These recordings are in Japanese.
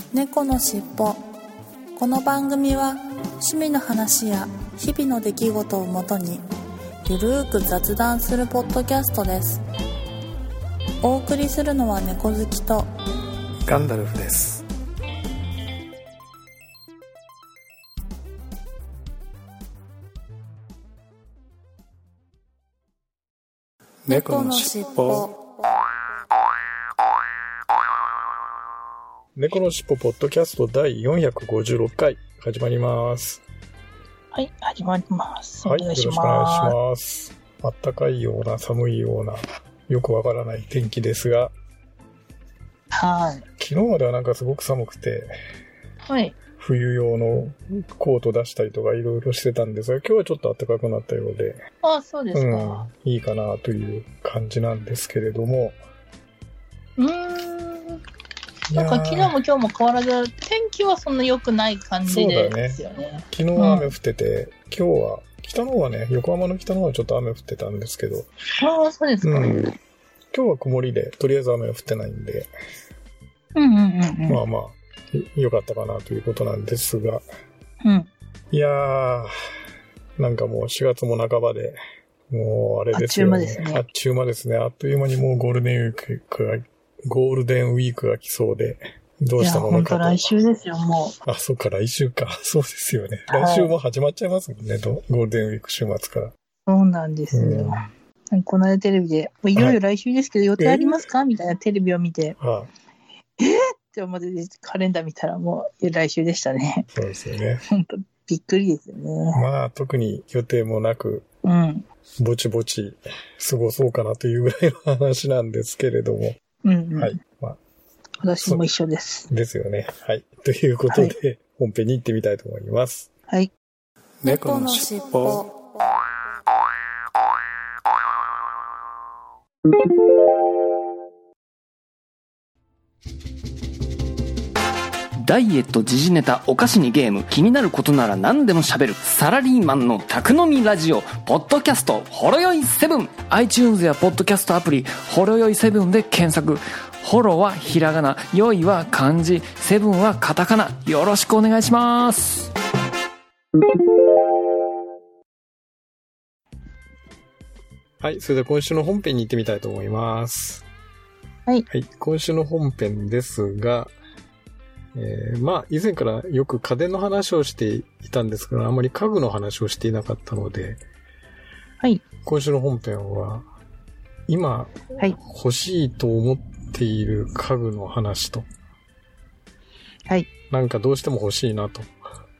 猫のしっぽ。この番組は趣味の話や日々の出来事をもとにゆるーく雑談するポッドキャストです。お送りするのは猫好きとガンダルフです。 猫のしっぽ。 猫のしっぽポッドキャスト第456回始まります。 はい、始まります。 はい、よろしくお願いします。あったかいような寒いようなよくわからない天気ですが、 はい。 昨日まではなんかすごく寒くて、 はい。 冬用のコート出したりとかいろいろしてたんですが、今日はちょっと暖かくなったようで、 あ、そうですか。 いいかなという感じなんですけれども、 なんか昨日も今日も変わらず天気はそんな良くない感じですよね。 そうだね。昨日は雨降ってて、今日は北の方はね、横浜の北の方はちょっと雨降ってたんですけど、 ああ、そうですか。 今日は曇りで、とりあえず雨は降ってないんで、まあまあ良かったかなということなんですが、いやー、なんかもう4月も半ばで、もうあれですよね。あっちゅう間ですね。あっという間にもうゴールデンウィークが来そうで、どうしたものかと。 いや、本当来週ですよ、もう。 あ、そっか、来週か。そうですよね。来週も始まっちゃいますもんね、ゴールデンウィーク週末から。 そうなんですよ。この間テレビで、いよいよ来週ですけど予定ありますかみたいなテレビを見て、って思ってカレンダー見たらもう来週でしたね。 そうですよね。 本当びっくりですよね。 まあ特に予定もなく、ぼちぼち過ごそうかなというぐらいの話なんですけれども。はい。まあ、 私も一緒です。 ですよね。はい。ということで、本編に行ってみたいと思います。 はい。 猫のしっぽ。 ダイエット、時事ネタ、お菓子にゲーム、気になることなら何でも喋るサラリーマンの宅飲みラジオポッドキャストほろよい7。 iTunes やポッドキャストアプリほろよい7で検索。ホロはひらがな、よいは漢字、7はカタカナ。よろしくお願いします。 はい、それでは今週の本編に行ってみたいと思います。 はい、 今週の本編ですが、まあ以前からよく家電の話をしていたんですが、あまり家具の話をしていなかったので、今週の本編は今、欲しいと思っている家具の話と、なんかどうしても欲しいなと、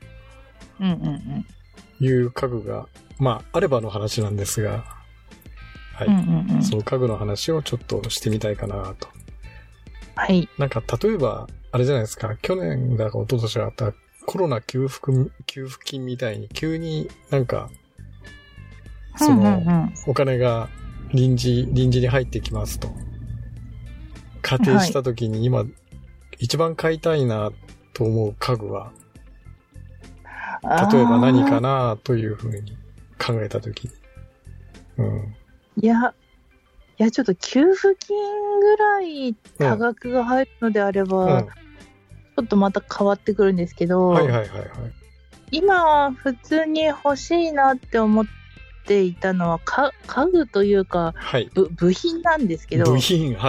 いう家具がまああればの話なんですが、その家具の話をちょっとしてみたいかなと。なんか例えばあれじゃないですか、去年だか一昨年あったコロナ給付金みたいに急になんかそのお金が臨時に入ってきますと仮定したときに、今一番買いたいなと思う家具は例えば何かなというふうに考えたときに、 いやちょっと給付金ぐらい多額が入るのであれば、ちょっとまた変わってくるんですけど、今普通に欲しいなって思っていたのは家具というか、部品なんですけど、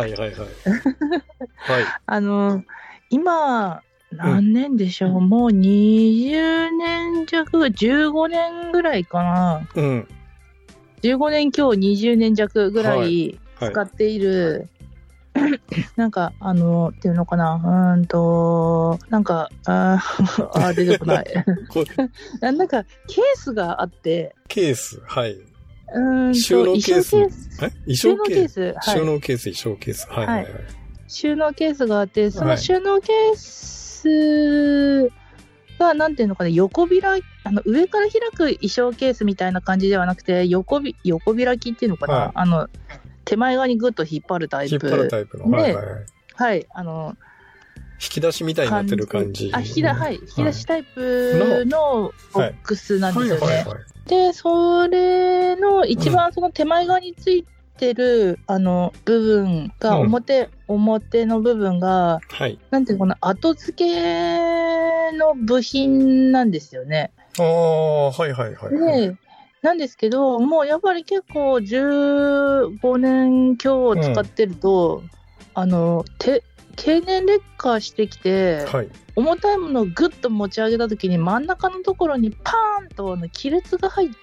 今何年でしょう、もう20年弱、15年ぐらいかな、15年今日20年弱ぐらい使っている、なんかっていうのかな、なんか出てこないなんかケースがあって、 収納ケース収納ケース収納ケースがあって、その収納ケースがなんていうのかな、横開き、上から開く衣装ケースみたいな感じではなくて、横開きっていうのかな、手前側にグッと引っ張るタイプの、 引き出しみたいになってる感じ。 引き出しタイプのボックスなんですよね。で、それの一番その手前側についててる、部分が、表の部分が、 はい。 なんていうのかな、後付けの部品なんですよね。 ああ、はいはいはい。 で、なんですけど、もうやっぱり結構15年強使ってると、経年劣化してきて、 はい、 重たいものをグッと持ち上げたときに真ん中のところにパーンと亀裂が入って、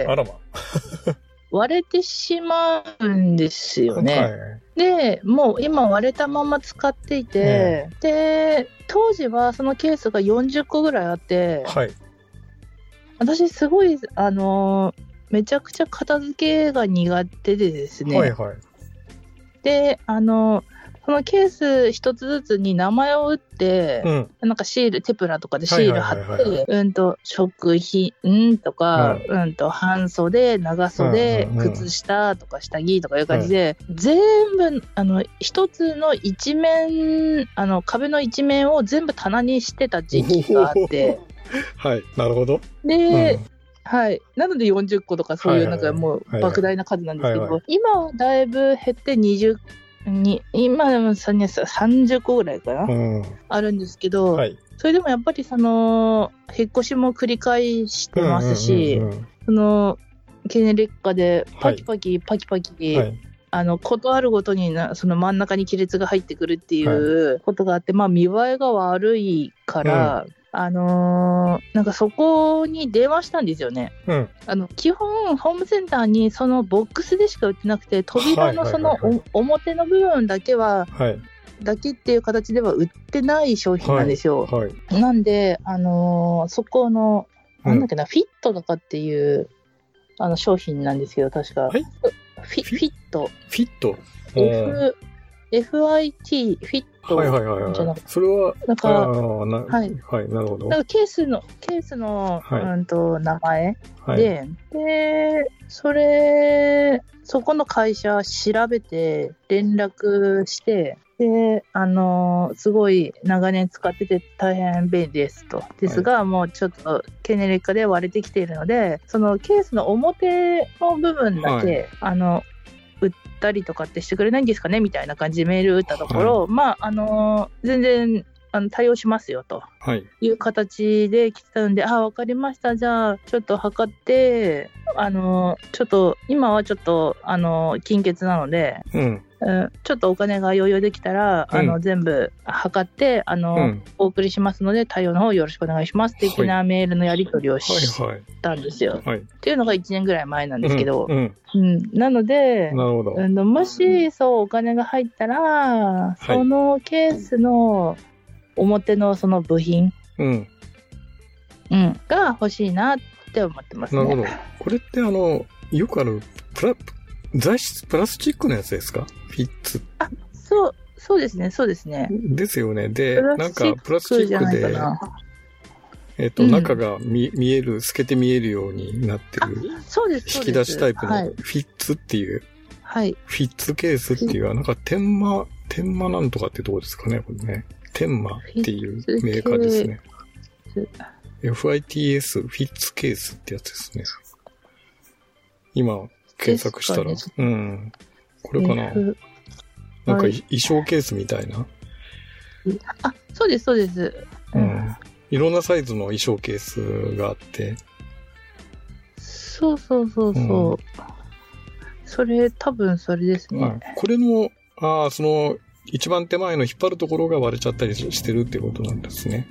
あらま割れてしまうんですよね。 はい、 で、もう今割れたまま使っていて、で、当時はそのケースが40個ぐらいあって、 はい、 私すごい、めちゃくちゃ片付けが苦手でですね。 はいはい。 で、そのケース一つずつに名前を打って、なんかシール、テプラとかでシール貼って、食品とか、半袖、長袖、靴下とか下着とかいう感じで、全部、一つの一面、壁の一面を全部棚にしてた時期があって、 はい、なるほど。 で、はい。なので40個とかそういうなんかもう莫大な数なんですけど、今はだいぶ減って20今でも30個ぐらいかな、あるんですけど、それでもやっぱりその引っ越しも繰り返してますし、その経年劣化でパキパキ、ことあるごとにその真ん中に亀裂が入ってくるっていうことがあって、まあ見栄えが悪いから、なんかそこに電話したんですよね。基本ホームセンターにそのボックスでしか売ってなくて、扉のその表の部分だけは、だけっていう形では売ってない商品なんですよ。なんで、そこの、なんだっけな、フィットとかっていう商品なんですけど、確か。フィット。 フィット FIT、フィット。じゃなくて。 それは、 だから、 はい、なるほど。 だからケースの、名前で、で、そこの会社調べて連絡して、で、すごい長年使ってて大変便利ですと。ですが、もうちょっと経年劣化で割れてきているので、そのケースの表の部分だけ、売ったりとかってしてくれないんですかねみたいな感じでメール打ったところ、まあ、全然対応しますよという形で来てたので、わかりました、じゃあちょっと測って、ちょっと今はちょっと金欠なので、ちょっとお金が余裕できたら、全部測って、お送りしますので対応の方よろしくお願いします的なメールのやり取りをしたんですよ。っていうのが1年ぐらい前なんですけど、なので、もしそうお金が入ったら、そのケースの表のその部品、が欲しいなって思ってますね。 なるほど。これってよくある材質プラスチックのやつですか？フィッツ。 そうですね、そうですね。 ですよね。で、なんかプラスチックで、中が見える、透けて見えるようになってる、引き出しタイプのフィッツっていう、フィッツケースっていう、なんか天満なんとかってとこですかね、これね。天満っていうメーカーですね。FITS、フィッツケースってやつですね。今、検索したら、これかな。なんか衣装ケースみたいな。 そうです、そうです。 いろんなサイズの衣装ケースがあって。 そう。多分それですね。 これの、その、一番手前の引っ張るところが割れちゃったりしてるってことなんですね。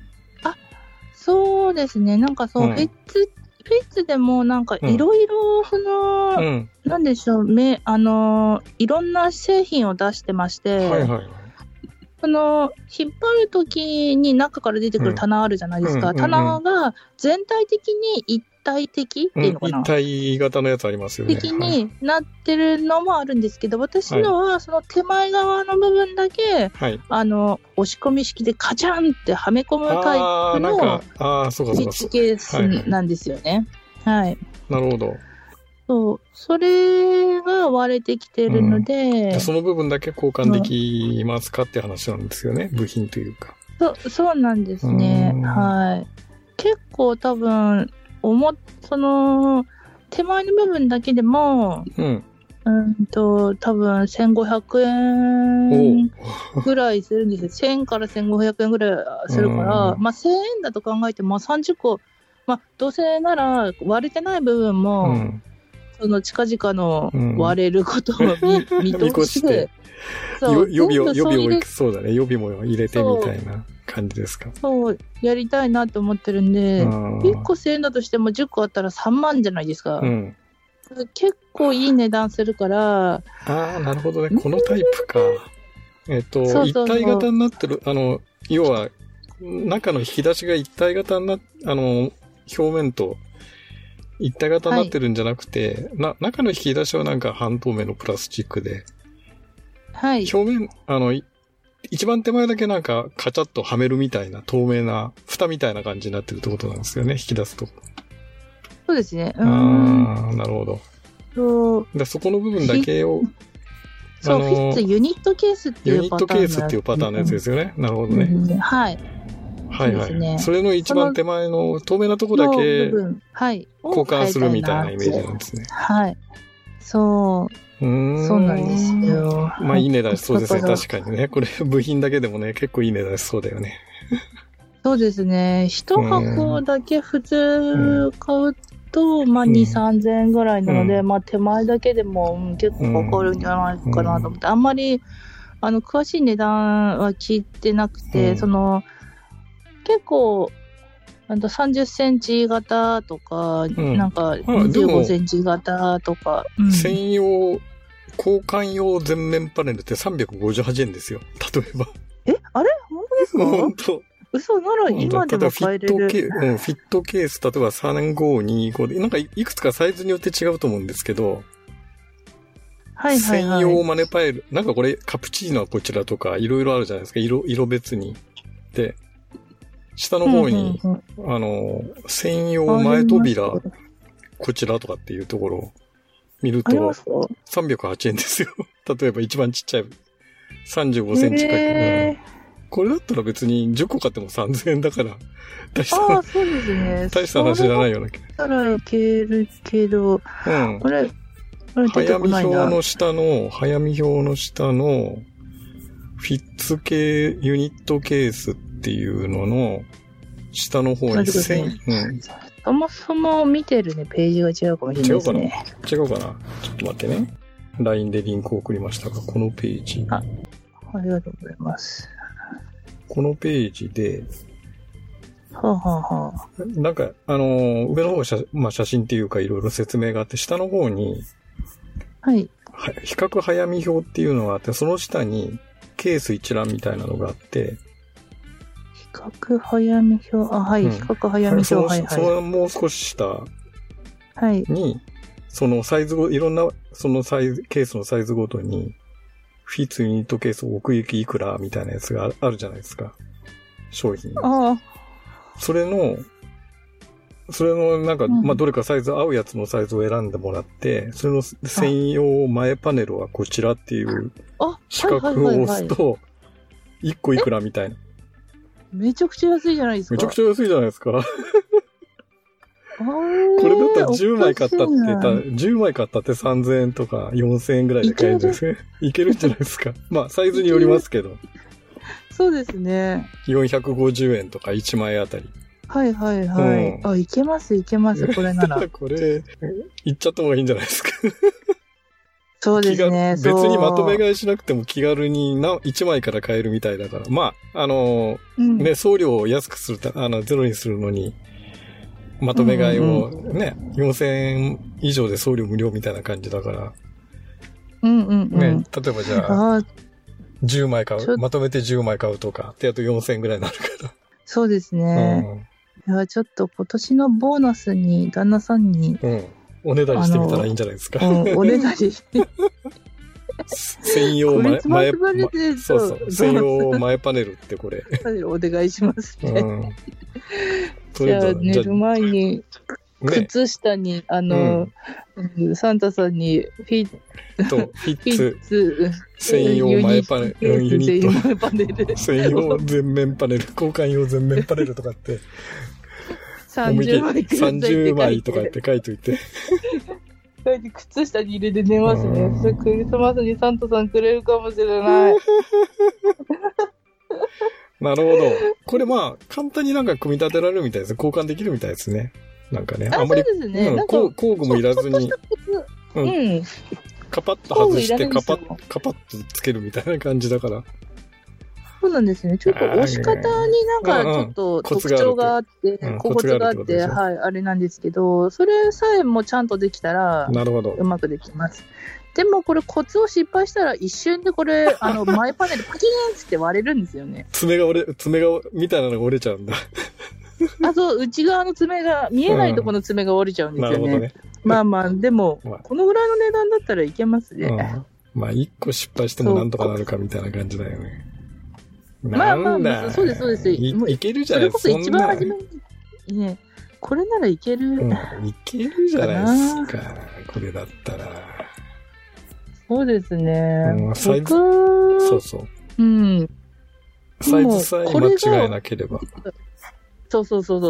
そうですね。なんかそう、フィッツでもなんかいろいろなんでしょう、いろんな製品を出してまして、引っ張るときに中から出てくる棚あるじゃないですか。棚が全体的に一体的っていうのかな、 一体型のやつありますよね。 的になってるのもあるんですけど、私のはその手前側の部分だけ、押し込み式でカチャンってはめ込むタイプのフィッツケースなんですよね。なるほど。 それが割れてきてるので、 その部分だけ交換できますかって話なんですよね。部品というか。 そうなんですね。結構多分その手前の部分だけでも、 多分1500円ぐらいするんですよ。1000円から1500円ぐらいするから、まあ1000円だと考えても30個、まあどうせなら割れてない部分も、その近々の割れることを見通して、 そう予備をそうだね、予備も入れてみたいな感じですか。 そう、やりたいなと思ってるんで、1個1000円だとしても10個あったら3万じゃないですか。結構いい値段するから。 ああ、なるほどね。このタイプか。一体型になってる、要は、中の引き出しが一体型に表面と一体型になってるんじゃなくて、中の引き出しはなんか半透明のプラスチックで、 はい。 表面、一番手前だけなんかカチャッとはめるみたいな透明な蓋みたいな感じになってるってことなんですよね、引き出すと。 そうですね。 ああ、なるほど。そこの部分だけを、 そう、フィッツユニットケースっていうパターン。 ユニットケースっていうパターンのやつですよね。なるほどね。 はい。 はいはい。それの一番手前の透明なとこだけ交換するみたいなイメージなんですね。 はい。そう。そうなんですよ。 まあいい値段しそうですね。確かにね。これ部品だけでもね、結構いい値段しそうだよね。 そうですね。一箱だけ普通買うと、まあ2、3000円ぐらいなので、まあ手前だけでも結構かかるんじゃないかなと思って、あんまり、詳しい値段は聞いてなくて、結構、30センチ型とか、なんか25センチ型とか。 専用、交換用全面パネルって358円ですよ。例えば。 あれ本当ですか？ 本当。 嘘なら今でも買えれる。 フィットケース、例えば3525で、なんかいくつかサイズによって違うと思うんですけど、専用マネパネル、なんかこれカプチーノはこちらとかいろいろあるじゃないですか、色別に。で、下の方に、専用前扉、こちらとかっていうところを見ると、308円ですよ。例えば一番ちっちゃい、35センチかけ、これだったら別に10個買っても3000円だから、大した話じゃないような気が。 だったらいけるけど、 早見表の下の、フィッツ系ユニットケースっていうのの、下の方にそもそも見てるね、ページが違うかもしれないですね。 違うかなちょっと待ってね。LINE でリンクを送りましたが、このページ。 ありがとうございます。 このページで、なんか、上の方は写真っていうかいろいろ説明があって、下の方に、比較早見表っていうのがあって、その下にケース一覧みたいなのがあって、 比較早見表、比較早見表、 そのもう少し下に、そのサイズいろんな、そのサイズ、ケースのサイズごとに、フィッツユニットケース奥行きいくらみたいなやつがあるじゃないですか。商品。それのなんか、まあ、どれかサイズ合うやつのサイズを選んでもらって、それの専用前パネルはこちらっていう四角を押すと、1個いくらみたいな。 めちゃくちゃ安いじゃないですか。 めちゃくちゃ安いじゃないですか。これだったら10枚買ったって10枚買ったって3000円とか4000円ぐらいで買えるんですね。いけるんじゃないですか。まあ、サイズによりますけど。 そうですね。 450円とか1枚あたり。 いけます、これなら。 これ、いっちゃった方がいいんじゃないですか。 そうですね。 別にまとめ買いしなくても気軽に1枚から買えるみたいだから。まあ、ね、送料を安くするゼロにするのに、まとめ買いをね、4000円以上で送料無料みたいな感じだから。ね、例えばじゃあ、10枚買う。まとめて10枚買うとか。で、あと4000円ぐらいになるから。 そうですね。いや、ちょっと今年のボーナスに、旦那さんに、 おねだりしてみたらいいんじゃないですか。 おねだりして。 専用前専用前パネルってこれ。 お願いしますね。じゃあ寝る前に、靴下に、サンタさんにフィッツ専用前パネル、ユニット専用全面パネル、交換用全面パネルとかって、 30枚とかって書いといて。 書いて靴下に入れて寝ますね。それクリスマスにサンタさんくれるかもしれない。 なるほど。これまあ、簡単になんか組み立てられるみたいです。交換できるみたいですね。なんかね。あんまり、 そうですね。 工具もいらずに。うん。カパッと外してカパッとつけるみたいな感じだから。 そうなんですね。ちょっと押し方になんかちょっと特徴があって、コツがあって、はい、あれなんですけど、それさえもちゃんとできたら、 なるほど。 うまくできます。でもこれコツを失敗したら一瞬でこれ、前パネルパキーンって割れるんですよね。 爪がみたいなのが折れちゃうんだ。 そう、内側の爪が、見えないところの爪が折れちゃうんですよね。なるほどね。まあまあ、でも、このぐらいの値段だったらいけますね。 まあ、一個失敗してもなんとかなるかみたいな感じだよね。 まあまあ、そうです、そうです。 いけるじゃないですか。 それこそ一番初めに、ね、これならいける。 いけるじゃないですか。これだったら。 そうですね。 サイズ、そうそう。うん。サイズさえ間違えなければ。 そう、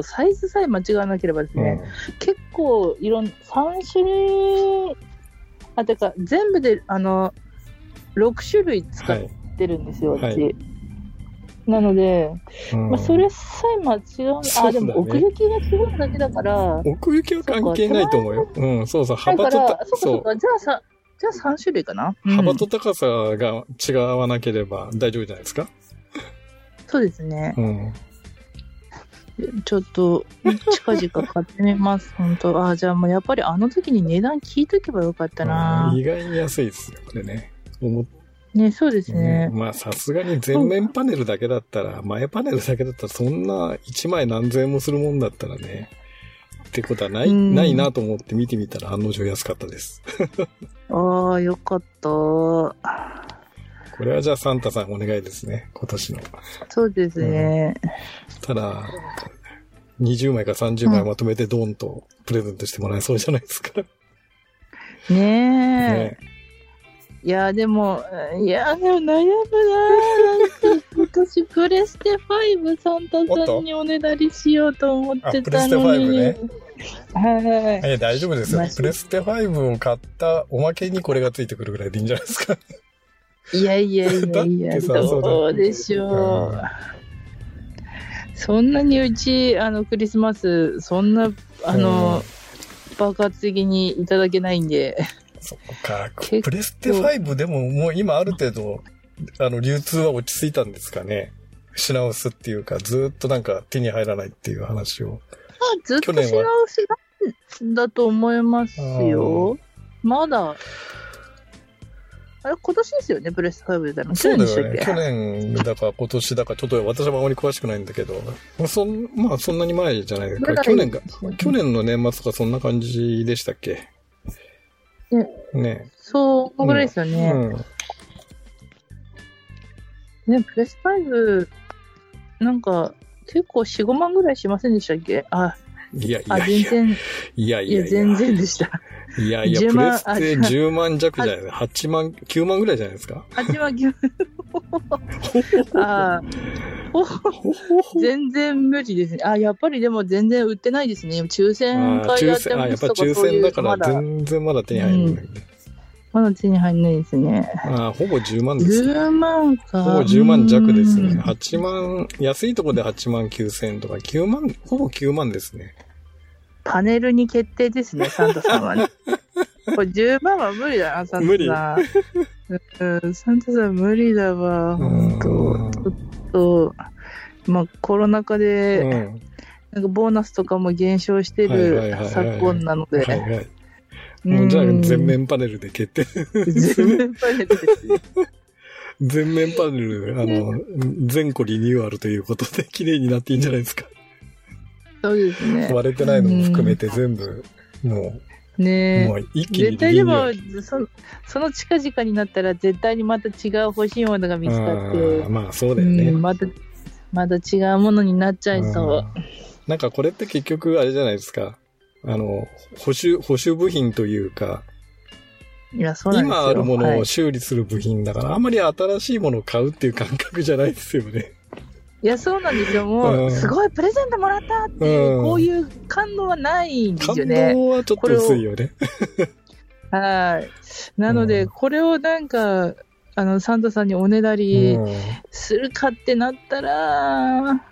サイズさえ間違えなければですね、結構3種類、てか、全部で、6種類使ってるんですよ、私。なので、まあ、それさえ間違う、でも奥行きが違うだけだから。 奥行きは関係ないと思うよ。そう、幅とそう。じゃあ3種類かな。 幅と高さが違わなければ大丈夫じゃないですか。 そうですね。ちょっと、近々買ってみます、本当。じゃあもうやっぱりあの時に値段聞いとけばよかったな。 意外に安いですよ、これね。 ね、そうですね。 まあさすがに全面パネルだけだったら、前パネルだけだったらそんな1枚何千円もするもんだったらね。ってことはないなと思って見てみたら案の定安かったです。 よかった。これはじゃあサンタさんお願いですね、今年の。 そうですね。 ただ、20枚か30枚まとめてドーンとプレゼントしてもらえそうじゃないですか。 ねえ。いや、でも悩むな。なんか今年プレステ5サンタさんにおねだりしようと思ってたのに。 プレステ5ね。はい。大丈夫ですよ。プレステ5を買ったおまけにこれがついてくるぐらいでいいんじゃないですか。 いや、どうでしょう。そんなにうち、クリスマス、そんな、爆発的にいただけないんで。 そっか。プレステ5でももう今ある程度、流通は落ち着いたんですかね。品薄っていうか、ずっとなんか手に入らないっていう話を。 ずっと品薄だと思いますよ。まだ。あれ、今年ですよね、プレステ5だの。 そうだよね。去年だか今年だか、ちょっと私もあまり詳しくないんだけど、まあそんなに前じゃないですか。去年の年末とかそんな感じでしたっけ？ね。 そう、ぐらいですよね。ね、プレス5、なんか、結構4、5万ぐらいしませんでしたっけ？全然。全然でした。 プレステ10万弱じゃないですか。8万、9万ぐらいじゃないですか。 8万、9万。全然無理ですね。やっぱりでも全然売ってないですね。抽選会やってますとか。 やっぱ抽選だから全然まだ手に入らない、 まだ手に入らないですね。 ほぼ10万ですね。 10万か。 ほぼ10万弱ですね。8万、安いところで8万9千とか、9万、ほぼ9万ですね。 パネルに決定ですね、サンタさんはね。これ10万は無理だな、サンタさん。無理。サンタさん無理だわ、ほんと。ちょっと、まあコロナ禍で、なんかボーナスとかも減少してる昨今なので。じゃあ全面パネルで決定。 全面パネルですね。 全面パネル、全個リニューアルということで綺麗になっていいんじゃないですか。 そうですね。 割れてないのも含めて全部、もう、もう一気にリニューアル。 絶対でも、その近々になったら絶対にまた違う欲しいものが見つかって。 まあそうだよね。 また違うものになっちゃいそう。 なんかこれって結局あれじゃないですか。保守部品というか、 いや、そうなんですよ。 今あるものを修理する部品だから、あんまり新しいものを買うっていう感覚じゃないですよね。 いや、そうなんですよ。もう、すごいプレゼントもらったっていう、こういう感動はないんですよね。 感動はちょっと薄いよね。 はい。なので、これをなんか、サンタさんにおねだりするかってなったら、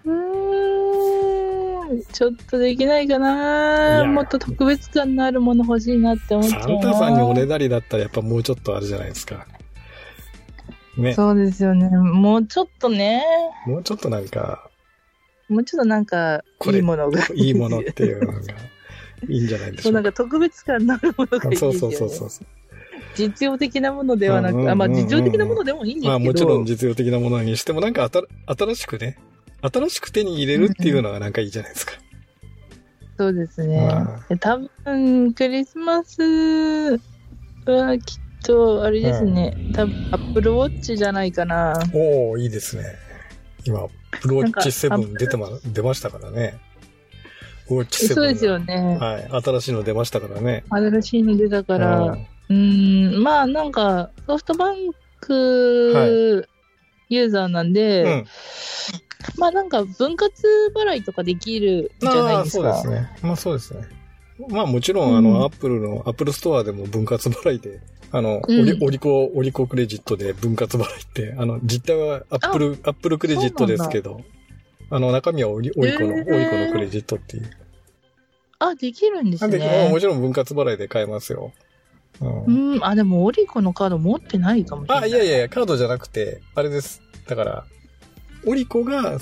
ちょっとできないかな。もっと特別感のあるもの欲しいなって思っちゃう。 サンタさんにおねだりだったらやっぱもうちょっとあれじゃないですか。 ね。そうですよね。もうちょっとね。 もうちょっとなんか、 いいものが。 いいものっていうのがいいんじゃないでしょうか。 そう、なんか特別感のあるものがいいですよね。そう。実用的なものではなく、実用的なものでもいいんですけど。 もちろん実用的なものにしてもなんか新しく手に入れるっていうのがなんかいいじゃないですか。 そうですね。多分、クリスマスはきっと、あれですね。多分、アップルウォッチじゃないかな。 おー、いいですね。今、アップルウォッチ7出ましたからね。ウォッチ7。 そうですよね。 はい。新しいの出ましたからね。 新しいの出たから、なんか、ソフトバンクユーザーなんで、なんか分割払いとかできるじゃないですか。 そうですね。そうですね。もちろん、アップルストアでも分割払いで、オリコクレジットで分割払いって、実態はアップルクレジットですけど、中身はオリコのクレジットっていう。 できるんですね。 もちろん分割払いで買えますよ。 でもオリコのカード持ってないかもしれない。 いや、カードじゃなくて、あれです。だから、オリコが、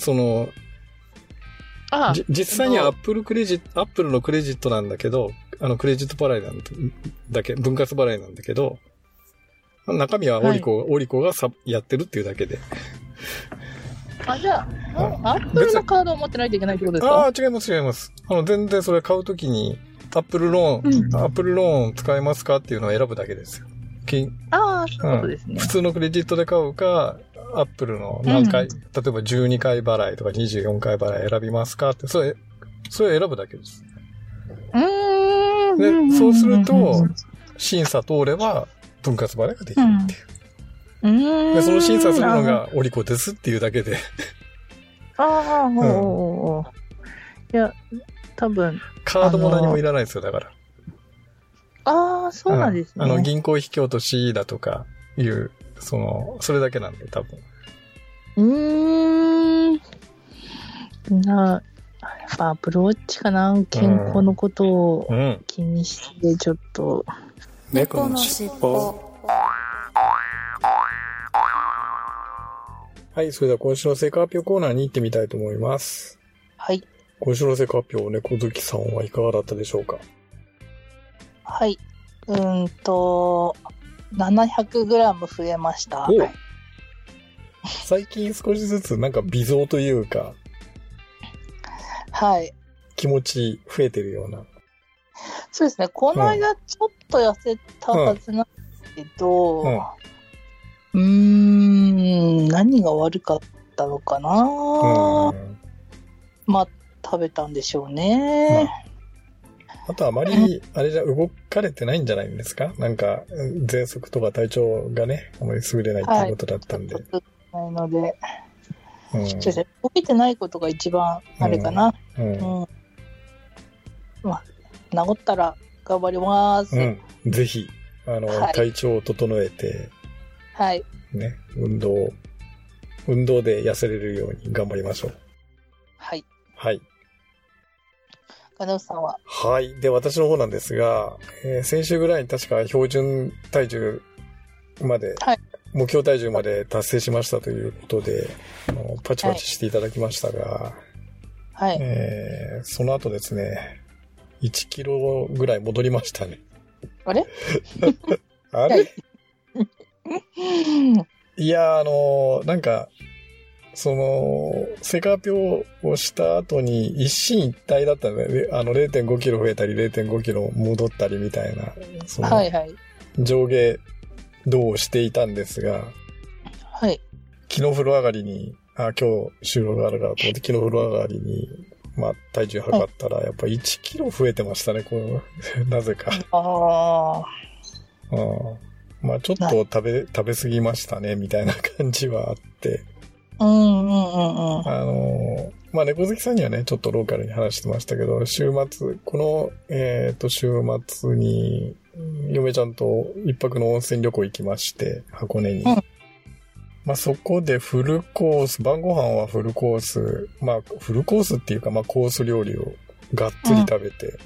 実際にアップルのクレジットなんだけど、クレジット払いなんだけ、分割払いなんだけど、中身はオリコがやってるっていうだけで。 じゃあ、アップルのカードを持ってないといけないってことですか？ 違います。全然それ買うときに、アップルローン使えますかっていうのを選ぶだけですよ。 そういうことですね。 普通のクレジットで買うか、アップルの何回、例えば12回払いとか24回払い選びますかって、それ選ぶだけです。で、そうすると、審査通れば分割払いができるっていう。で、その審査するのがオリコですっていうだけで。 いや、多分。 カードも何もいらないですよ、だから。 そうなんですね。 銀行引き落としだとかいう、それだけなんで、多分。 やっぱアップルウォッチかな。健康のことを気にして、ちょっと。 猫のしっぽ。 はい、それでは今週の成果発表コーナーに行ってみたいと思います。 はい。 今週の成果発表、猫好きさんはいかがだったでしょうか？ はい。700g 増えました。 最近少しずつなんか微増というか、 はい。 気持ち増えてるような。 そうですね。この間ちょっと痩せたはずなんですけど、何が悪かったのかな。食べたんでしょうね。 あとあまり、動かれてないんじゃないんですか？なんか、喘息とか体調がね、あまり優れないっていうことだったんで。 ないので、動けてないことが一番あれかな。治ったら頑張ります。 ぜひ、体調を整えて、 はい。 ね、運動で痩せれるように頑張りましょう。 はい。 はい。 金尾さんは？ はい。で、私の方なんですが、先週ぐらいに確か標準体重まで、目標体重まで達成しましたということで、パチパチしていただきましたが、その後ですね、1キロぐらい戻りましたね。 あれあれいや、なんか、成果発表をした後に一進一退だったので、0.5 キロ増えたり 0.5 キロ戻ったりみたいな、上下動をしていたんですが、 はい。 昨日風呂上がりに、今日収録があるからと思って昨日風呂上がりに、体重測ったら、やっぱ1キロ増えてましたね、なぜか。ちょっと食べ過ぎましたね、みたいな感じはあって。猫好きさんにはね、ちょっとローカルに話してましたけど、この週末に、 嫁ちゃんと一泊の温泉旅行行きまして、箱根に。まあそこでフルコース、晩ご飯はフルコース、まあフルコースっていうかまあコース料理をがっつり食べて、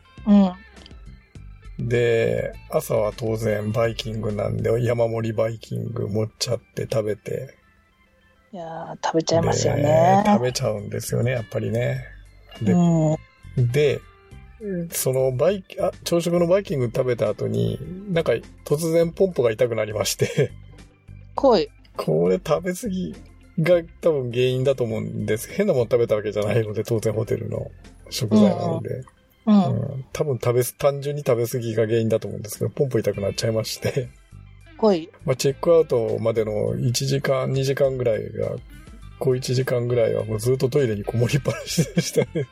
で、朝は当然バイキングなんで山盛りバイキング持っちゃって食べて。 いやー、食べちゃいますよね。 食べちゃうんですよね、やっぱりね。で、その朝食のバイキング食べた後に、なんか突然ポンポが痛くなりまして。 これ食べ過ぎが多分原因だと思うんです。変なもの食べたわけじゃないので、当然ホテルの食材なので。多分単純に食べ過ぎが原因だと思うんですけど、ポンポ痛くなっちゃいまして。まあ、チェックアウトまでの1時間、2時間ぐらいが、1時間ぐらいはもうずっとトイレにこもりっぱなしでしたね。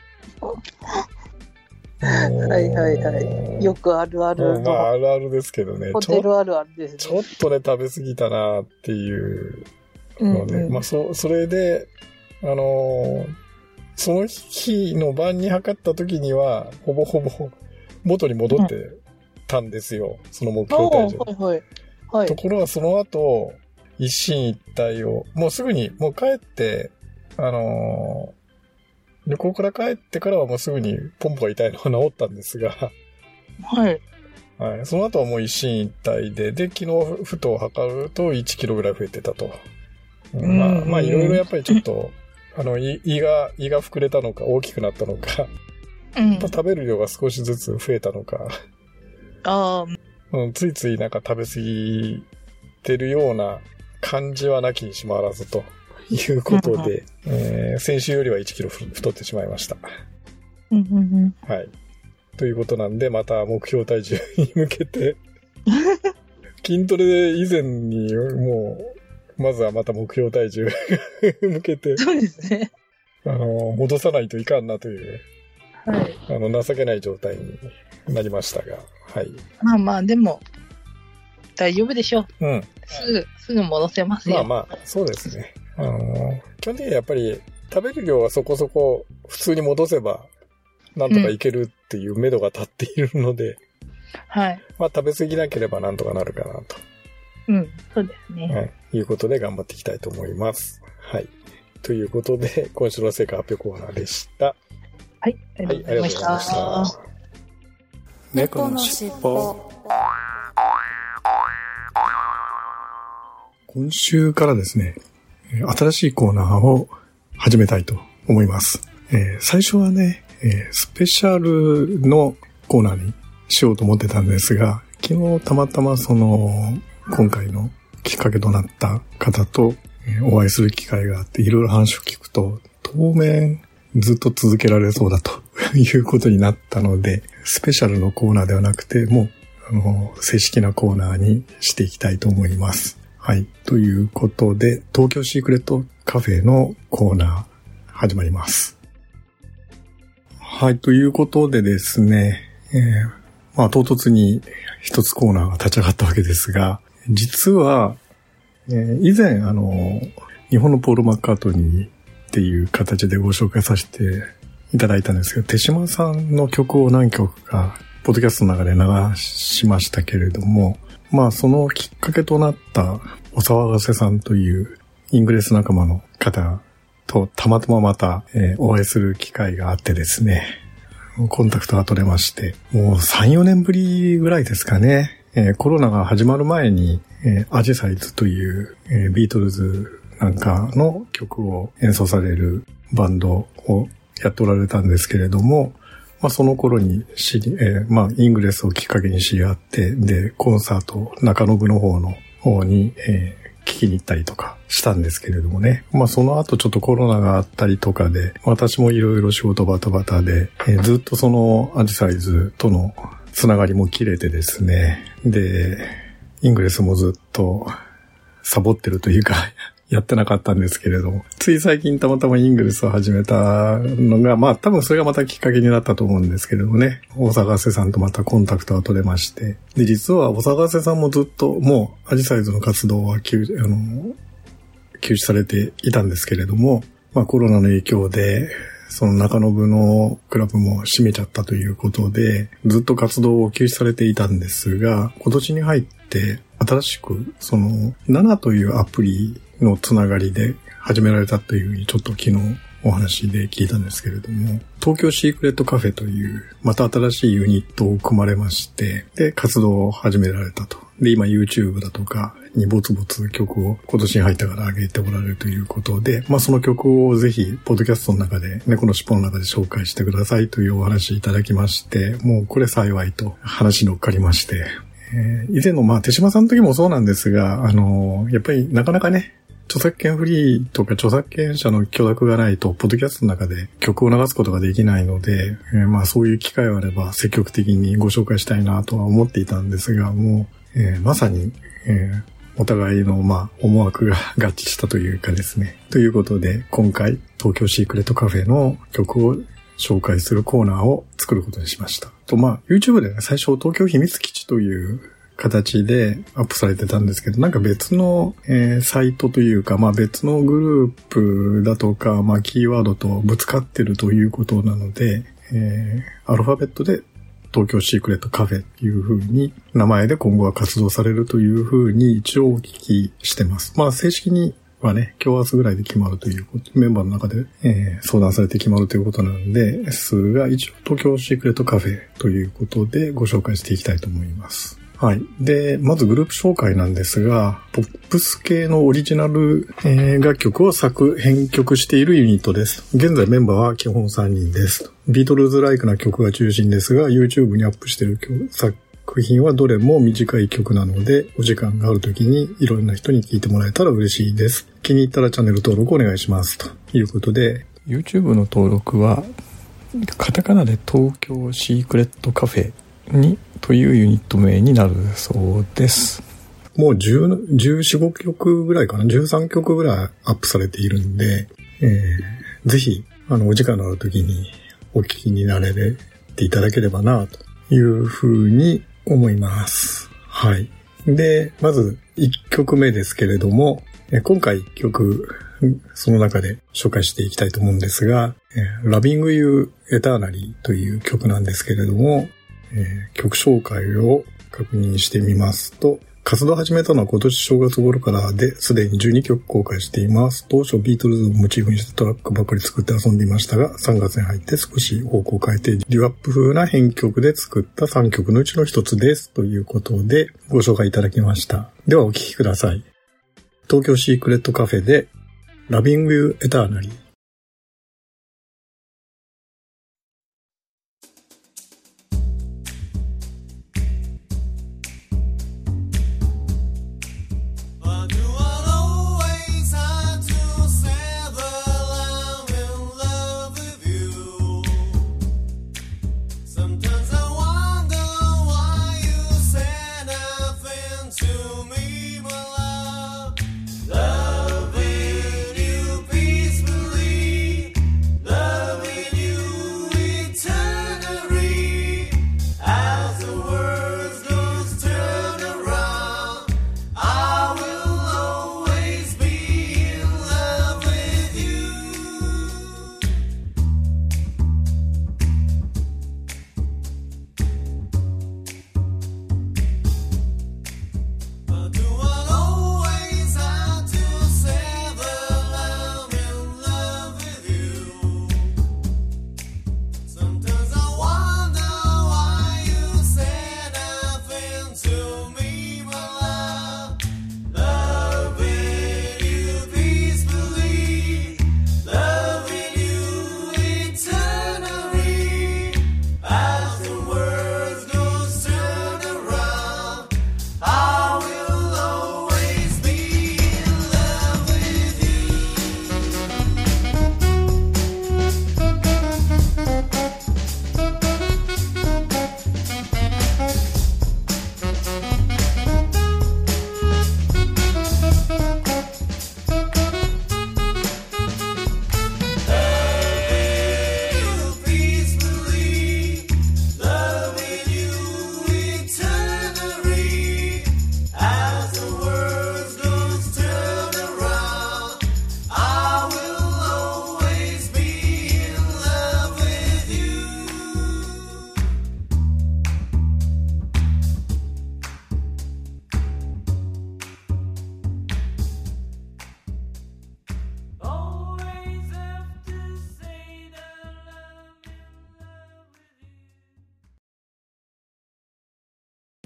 はいはいはい。よくあるある。 まあ、あるあるですけどね。 ホテルあるあるですね。 ちょっとね、食べ過ぎたなっていうので、まあ、それで、その日の晩に測った時には、ほぼほぼ元に戻ってたんですよ。その目標体重。ところがその後、一進一退を、もうすぐに、もう帰って、旅行から帰ってからはもうすぐにポンポが痛いのが治ったんですが、その後はもう一進一退で、昨日ふと測ると1キロぐらい増えてたと。まあいろいろやっぱりちょっと、胃が膨れたのか大きくなったのか、食べる量が少しずつ増えたのか、ついついなんか食べ過ぎてるような感じはなきにしもあらずということで、先週よりは1キロ太ってしまいました。はい。ということなんで、また目標体重に向けて、筋トレ以前にもう、まずはまた目標体重向けて、 そうですね。 戻さないといかんなという、情けない状態になりましたが、 まあでも、大丈夫でしょう。すぐ戻せますよ。 まあ、そうですね。基本的にやっぱり、食べる量はそこそこ普通に戻せば、なんとかいけるっていう目処が立っているので、まあ食べ過ぎなければなんとかなるかなと。 そうですね。 いうことで頑張っていきたいと思います。ということで、今週の成果発表コーナーでした。 ありがとうございました。 猫のしっぽ。 今週からですね、新しいコーナーを始めたいと思います。最初はね、スペシャルのコーナーにしようと思ってたんですが、昨日たまたま今回のきっかけとなった方とお会いする機会があって、いろいろ話を聞くと、当面ずっと続けられそうだということになったので、スペシャルのコーナーではなくて、もう正式なコーナーにしていきたいと思います。ということで、東京シークレットカフェのコーナー始まります。ということでですね、唐突に一つコーナーが立ち上がったわけですが、実は、以前日本のポール・マッカートニーっていう形でご紹介させていただいたんですけど、手島さんの曲を何曲かポッドキャストの中で流しましたけれども、そのきっかけとなったお騒がせさんというイングレス仲間の方とたまたままた、お会いする機会があってですね、コンタクトが取れまして、もう 3,4 年ぶりぐらいですかね。コロナが始まる前に、アジサイズという、ビートルズなんかの曲を演奏されるバンドをやっておられたんですけれども、その頃にイングレスをきっかけに知り合って、で、コンサート、中延の方に、聞きに行ったりとかしたんですけれどもね。その後ちょっとコロナがあったりとかで、私もいろいろ仕事バタバタで、ずっとそのアジサイズとのつながりも切れてですね。で、イングレスもずっとサボってるというか、やってなかったんですけれども、つい最近たまたまイングレスを始めたのが、多分それがまたきっかけになったと思うんですけれどもね、大阪瀬さんとまたコンタクトが取れまして、で、実は大阪瀬さんもずっともうアジサイズの活動は休止されていたんですけれども、コロナの影響でその中延のクラブも閉めちゃったということで、ずっと活動を休止されていたんですが、今年に入って新しくその7というアプリのつながりで始められたというふうにちょっと昨日お話で聞いたんですけれども、東京シークレットカフェというまた新しいユニットを組まれまして、で活動を始められたと。で今 YouTube だとかにぼつぼつ曲を今年に入ったから上げておられるということで、その曲をぜひポッドキャストの中で猫のしっぽの中で紹介してくださいというお話いただきまして、もうこれ幸いと話乗っかりまして、以前の手島さんの時もそうなんですが、やっぱりなかなかね、著作権フリーとか著作権者の許諾がないと、ポッドキャストの中で曲を流すことができないので、そういう機会があれば積極的にご紹介したいなとは思っていたんですが、もう、まさに、お互いの思惑が合致したというかですね。ということで、今回、東京シークレットカフェの曲を紹介するコーナーを作ることにしました。と、YouTube でね、最初東京秘密基地という形でアップされてたんですけど、なんか別の、サイトというか、別のグループだとか、キーワードとぶつかってるということなので、アルファベットで東京シークレットカフェっていう風に名前で今後は活動されるという風に一応お聞きしてます。正式にはね、今日明日ぐらいで決まるということ、メンバーの中で、相談されて決まるということなのですが、一応東京シークレットカフェということでご紹介していきたいと思います。はい。で、まずグループ紹介なんですが、ポップス系のオリジナル、楽曲を編曲しているユニットです。現在メンバーは基本3人です。ビートルズライクな曲が中心ですが、YouTube にアップしている作品はどれも短い曲なので、お時間があるときにいろんな人に聴いてもらえたら嬉しいです。気に入ったらチャンネル登録お願いします。ということで、YouTube の登録は、カタカナで東京シークレットカフェにというユニット名になるそうです。もう14、5曲ぐらいかな、13曲ぐらいアップされているんで、ぜひ、お時間のある時にお聞きになれていただければな、というふうに思います。はい。で、まず1曲目ですけれども、今回曲、その中で紹介していきたいと思うんですが、Loving You Eternally という曲なんですけれども、曲紹介を確認してみますと、活動を始めたのは今年正月頃からで、すでに12曲公開しています。当初ビートルズをモチーフにしたトラックばかり作って遊んでいましたが、3月に入って少し方向を変えて、デュアップ風な編曲で作った3曲のうちの一つです。ということで、ご紹介いただきました。ではお聴きください。東京シークレットカフェで、Loving You Eternally。 Loving you peacefully.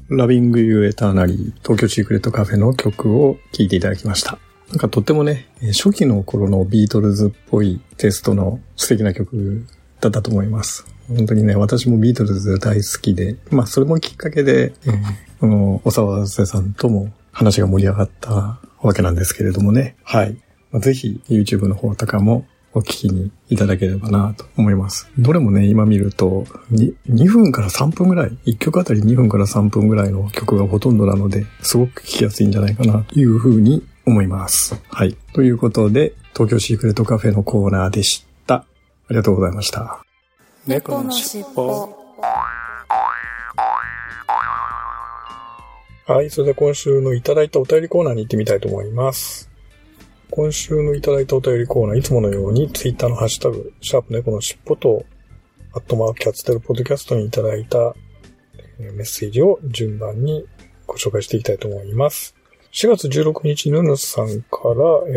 Loving You Eternally 東京シークレットカフェの曲を聴いていただきました。なんかとってもね、初期の頃のビートルズっぽいテイストの素敵な曲だったと思います。本当にね、私もビートルズ大好きで、まあそれもきっかけで、お沢瀬さんとも話が盛り上がったわけなんですけれどもね。はい。ぜひ YouTube の方とかもお聞きにいただければなと思います。どれもね、今見ると2分から3分ぐらい、1曲あたり2分から3分ぐらいの曲がほとんどなので、すごく聴きやすいんじゃないかなというふうに思います。はい。ということで、東京シークレットカフェのコーナーでした。ありがとうございました。 猫のしっぽ。 はい。それでは今週のいただいたお便りコーナーに行ってみたいと思います。今週のいただいたお便りコーナー、いつものようにツイッターのハッシュタグ、シャープ猫のしっぽと、キャッツテルポッドキャストにいただいたメッセージを順番にご紹介していきたいと思います。4月16日、ヌヌさんから、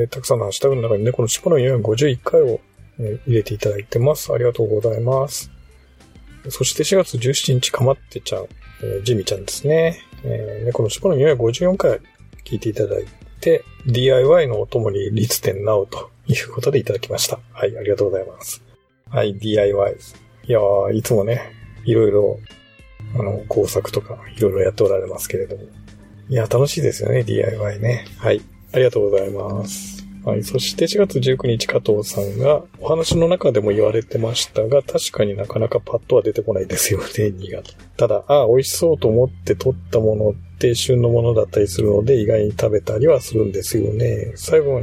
たくさんのハッシュタグの中に猫のしっぽの451回を入れていただいてます。ありがとうございます。そして4月17日、かまってちゃん、ジミちゃんですね。猫のしっぽの454回聞いていただいて、DIY のお供に律点なおということでいただきました。はい、ありがとうございます。はい、DIY。いやー、いつもね、いろいろ、工作とかいろいろやっておられますけれども。いや、楽しいですよね、DIY ね。はい、ありがとうございます。はい。そして4月19日加藤さんがお話の中でも言われてましたが、確かになかなかパッとは出てこないですよね、2が。ただ、美味しそうと思って取ったものって旬のものだったりするので意外に食べたりはするんですよね。最後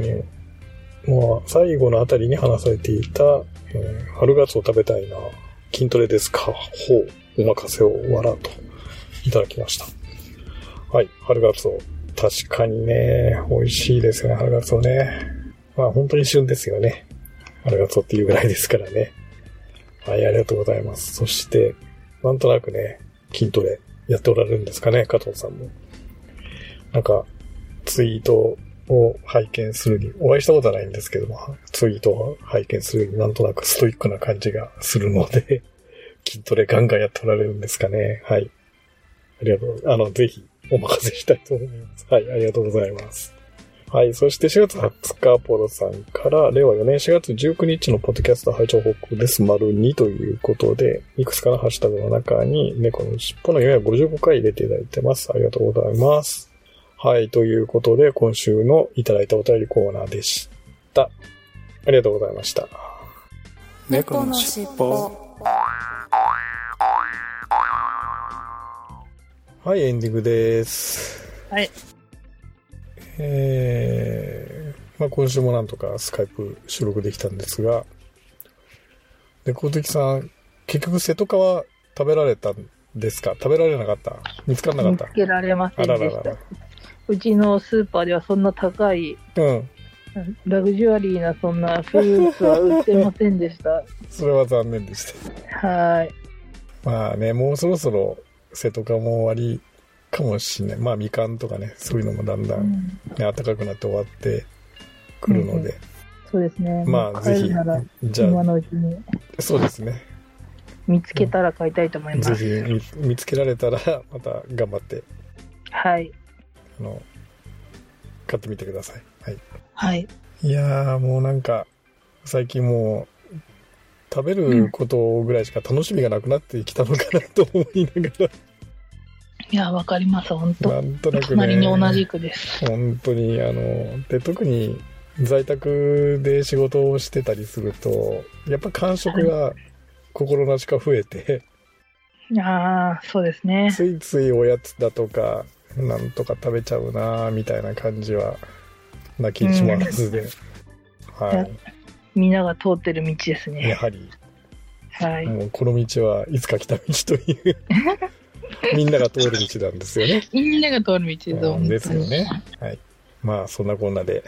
のあたりに話されていた、春ガツオ食べたいな。筋トレですか。ほう、お任せをわらといただきました。はい。春ガツオ。確かにね、美味しいですよね、春ガツオね。まあ本当に旬ですよね。春ガツオっていうぐらいですからね。はい、ありがとうございます。そして、なんとなくね、筋トレやっておられるんですかね、加藤さんも。なんか、ツイートを拝見するに、お会いしたことはないんですけども、ツイートを拝見するになんとなくストイックな感じがするので、筋トレガンガンやっておられるんですかね。はい。ありがとう。ぜひ、お任せしたいと思います。はい、ありがとうございます。はい、そして4月20日、ポロさんから、令和4年4月19日のポッドキャスト拝聴報告です。2ということで、いくつかのハッシュタグの中に、猫のしっぽの455回入れていただいてます。ありがとうございます。はい、ということで、今週のいただいたお便りコーナーでした。ありがとうございました。 猫のしっぽ。 はい、エンディングです。 はい。 今週もなんとかスカイプ収録できたんですが、猫好きさん、結局瀬戸川食べられたんですか？食べられなかった？見つからなかった？ 見つけられませんでした。うちのスーパーではそんな高い、ラグジュアリーなそんなフルーツは売ってませんでした。 それは残念でした。 はい。 まあね、もうそろそろ瀬戸川も終わりかもしれない。まあみかんとかね、そういうのもだんだん、ね、暖かくなって終わってくるので、 そうですね。 まあぜひ、 じゃあ今のうちにそうですね。 見つけたら買いたいと思います。 ぜひ見つけられたらまた頑張ってはい。 買ってみてください。はい。 はい。 いやーもうなんか最近もう食べることぐらいしか楽しみがなくなってきたのかなと思いながら。 いや、わかります、本当。 なんとなくね。 隣に同じくです。 本当に、で、特に在宅で仕事をしてたりすると、やっぱ間食が心なしか増えて。 ああ、そうですね。 ついついおやつだとか、なんとか食べちゃうなみたいな感じは、なきにしもあらずで。 はい。みんなが通ってる道ですね。 やはり。 はい。 もうこの道はいつか来た道という。みんなが通る道なんですよね。 みんなが通る道ですよね。はい。まあそんなこんなで、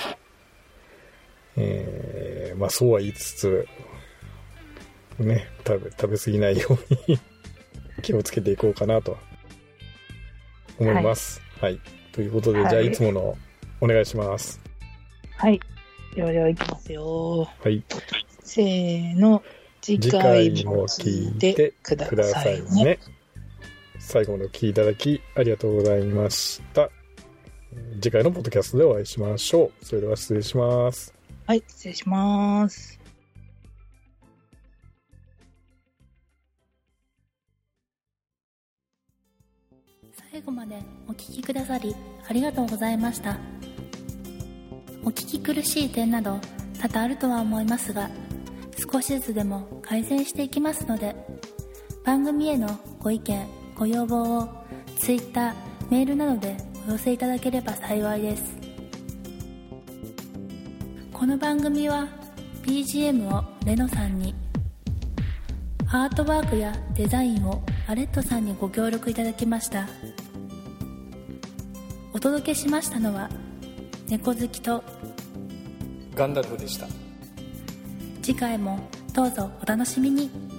まあそうは言いつつね、食べ過ぎないように気をつけていこうかなと思います。はい。はい、ということで、じゃあいつものお願いします。 はい。では行きますよ。 はい。 せーの。次回も聞いてくださいね。 最後までお聞きいただきありがとうございました。次回のポッドキャストでお会いしましょう。それでは失礼します。 はい、失礼します。 最後までお聞きくださりありがとうございました。お聞き苦しい点など多々あるとは思いますが、少しずつでも改善していきますので、番組へのご意見ご要望を Twitter、メールなどでお寄せいただければ幸いです。この番組は BGM をレノさんに、アートワークやデザインをアレットさんにご協力いただきました。お届けしましたのは猫好きとガンダルフでした。 次回もどうぞお楽しみに。